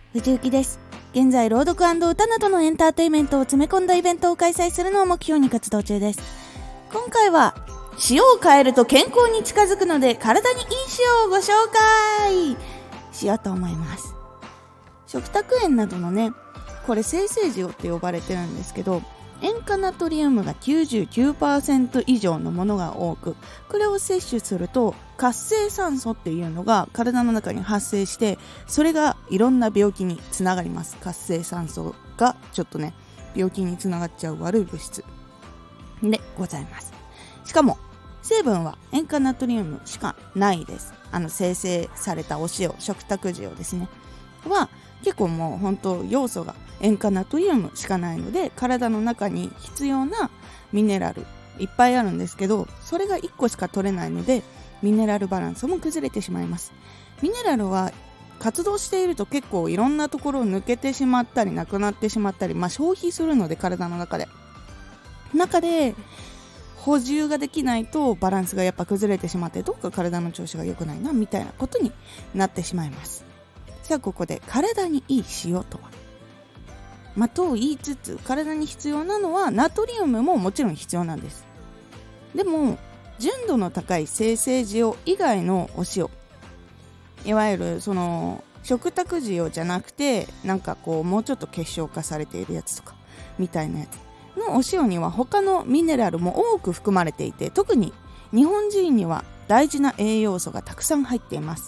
藤幸です。現在朗読&歌などのエンターテインメントを詰め込んだイベントを開催するのを目標に活動中です。今回は塩を変えると健康に近づくので体にいい塩をご紹介しようと思います。食卓塩などのね、これ精製塩って呼ばれてるんですけど、塩化ナトリウムが 99% 以上のものが多く、これを摂取すると活性酸素っていうのが体の中に発生して、それがいろんな病気につながります。活性酸素がちょっとね、病気につながっちゃう悪い物質でございます。しかも成分は塩化ナトリウムしかないです。精製されたお塩、食卓塩ですねは結構もう本当要素が塩化ナトリウムしかないので、体の中に必要なミネラルいっぱいあるんですけど、それが1個しか取れないのでミネラルバランスも崩れてしまいます。ミネラルは活動していると結構いろんなところを抜けてしまったりなくなってしまったり、消費するので体の中で補充ができないとバランスがやっぱ崩れてしまって、どっか体の調子が良くないなみたいなことになってしまいます。さあここで体にいい塩とは、と言いつつ体に必要なのはナトリウムももちろん必要なんです。でも純度の高い精製塩以外のお塩、いわゆるその食卓塩じゃなくてなんかこうもうちょっと結晶化されているやつとかみたいなやつのお塩には他のミネラルも多く含まれていて、特に日本人には大事な栄養素がたくさん入っています。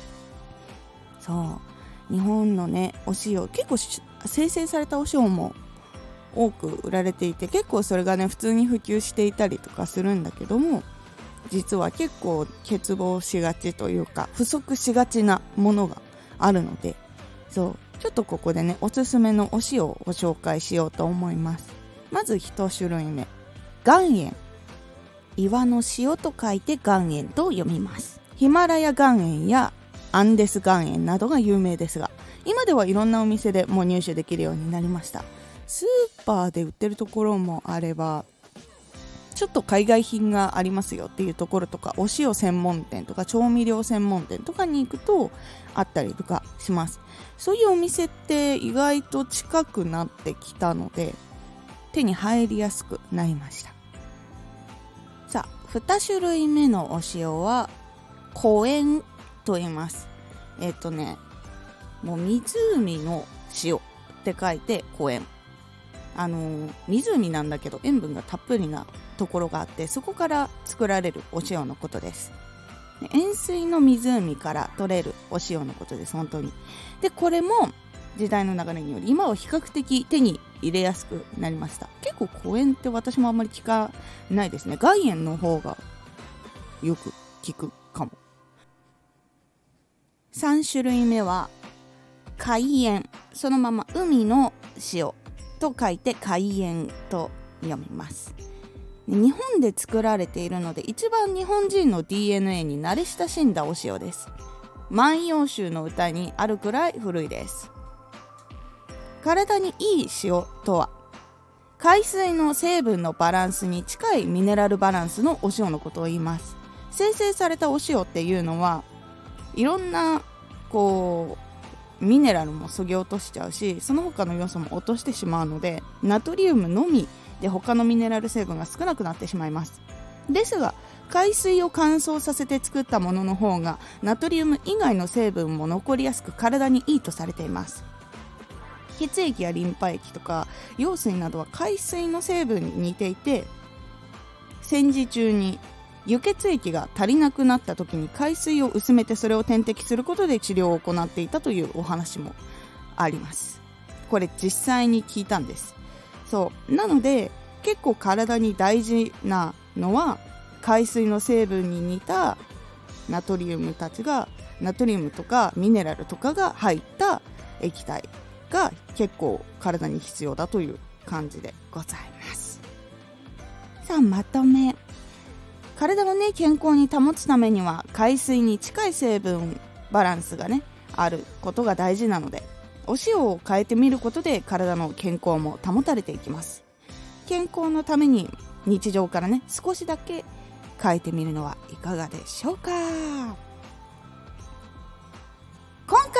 そう日本のねお塩、結構精製されたお塩も多く売られていて、結構それがね普通に普及していたりとかするんだけども、実は結構欠乏しがちというか不足しがちなものがあるので、そうちょっとここでねおすすめのお塩をご紹介しようと思います。まず1種類目、岩塩。岩の塩と書いて岩塩と読みます。ヒマラヤ岩塩やアンデス岩塩などが有名ですが、今ではいろんなお店でもう入手できるようになりました。スーパーで売ってるところもあれば、ちょっと海外品がありますよっていうところとか、お塩専門店とか調味料専門店とかに行くとあったりとかします。そういうお店って意外と近くなってきたので手に入りやすくなりました。さあ2種類目のお塩は湖塩と言います。もう湖の塩って書いて湖塩。湖なんだけど塩分がたっぷりなところがあって、そこから作られるお塩のことです。塩水の湖から取れるお塩のことです、本当に。でこれも時代の流れにより今は比較的手に入れやすくなりました。結構湖塩って私もあんまり聞かないですね。岩塩の方がよく聞くかも。3種類目は海塩。そのまま海の塩と書いて海塩と読みます。日本で作られているので一番日本人の DNA に慣れ親しんだお塩です。万葉集の歌にあるくらい古いです。体にいい塩とは、海水の成分のバランスに近いミネラルバランスのお塩のことを言います。精製されたお塩っていうのはいろんなミネラルも削ぎ落としちゃうし、その他の要素も落としてしまうので、ナトリウムのみで他のミネラル成分が少なくなってしまいます。ですが海水を乾燥させて作ったものの方がナトリウム以外の成分も残りやすく体にいいとされています。血液やリンパ液とか羊水などは海水の成分に似ていて、戦時中に輸血液が足りなくなった時に海水を薄めてそれを点滴することで治療を行っていたというお話もあります。これ実際に聞いたんです。そうなので結構体に大事なのは海水の成分に似たナトリウムとかミネラルとかが入った液体が結構体に必要だという感じでございます。さあまとめ。体をね健康に保つためには海水に近い成分バランスがねあることが大事なので、お塩を変えてみることで体の健康も保たれていきます。健康のために日常からね少しだけ変えてみるのはいかがでしょうか。今回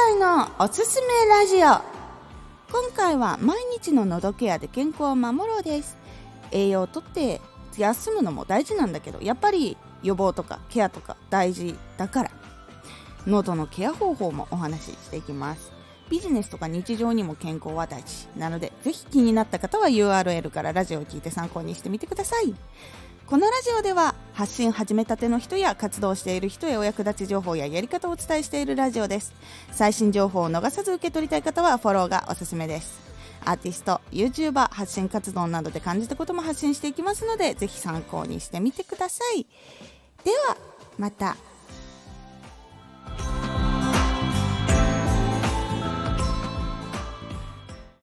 回のおすすめラジオ。今回は毎日の喉ケアで健康を守ろうです。栄養をとって休むのも大事なんだけど、やっぱり予防とかケアとか大事だから、喉のケア方法もお話ししていきます。ビジネスとか日常にも健康は大事なので、ぜひ気になった方は URL からラジオを聞いて参考にしてみてください。このラジオでは発信始めたての人や活動している人へお役立ち情報ややり方をお伝えしているラジオです。最新情報を逃さず受け取りたい方はフォローがおすすめです。アーティスト、YouTuber、発信活動などで感じたことも発信していきますので、ぜひ参考にしてみてください。ではまた。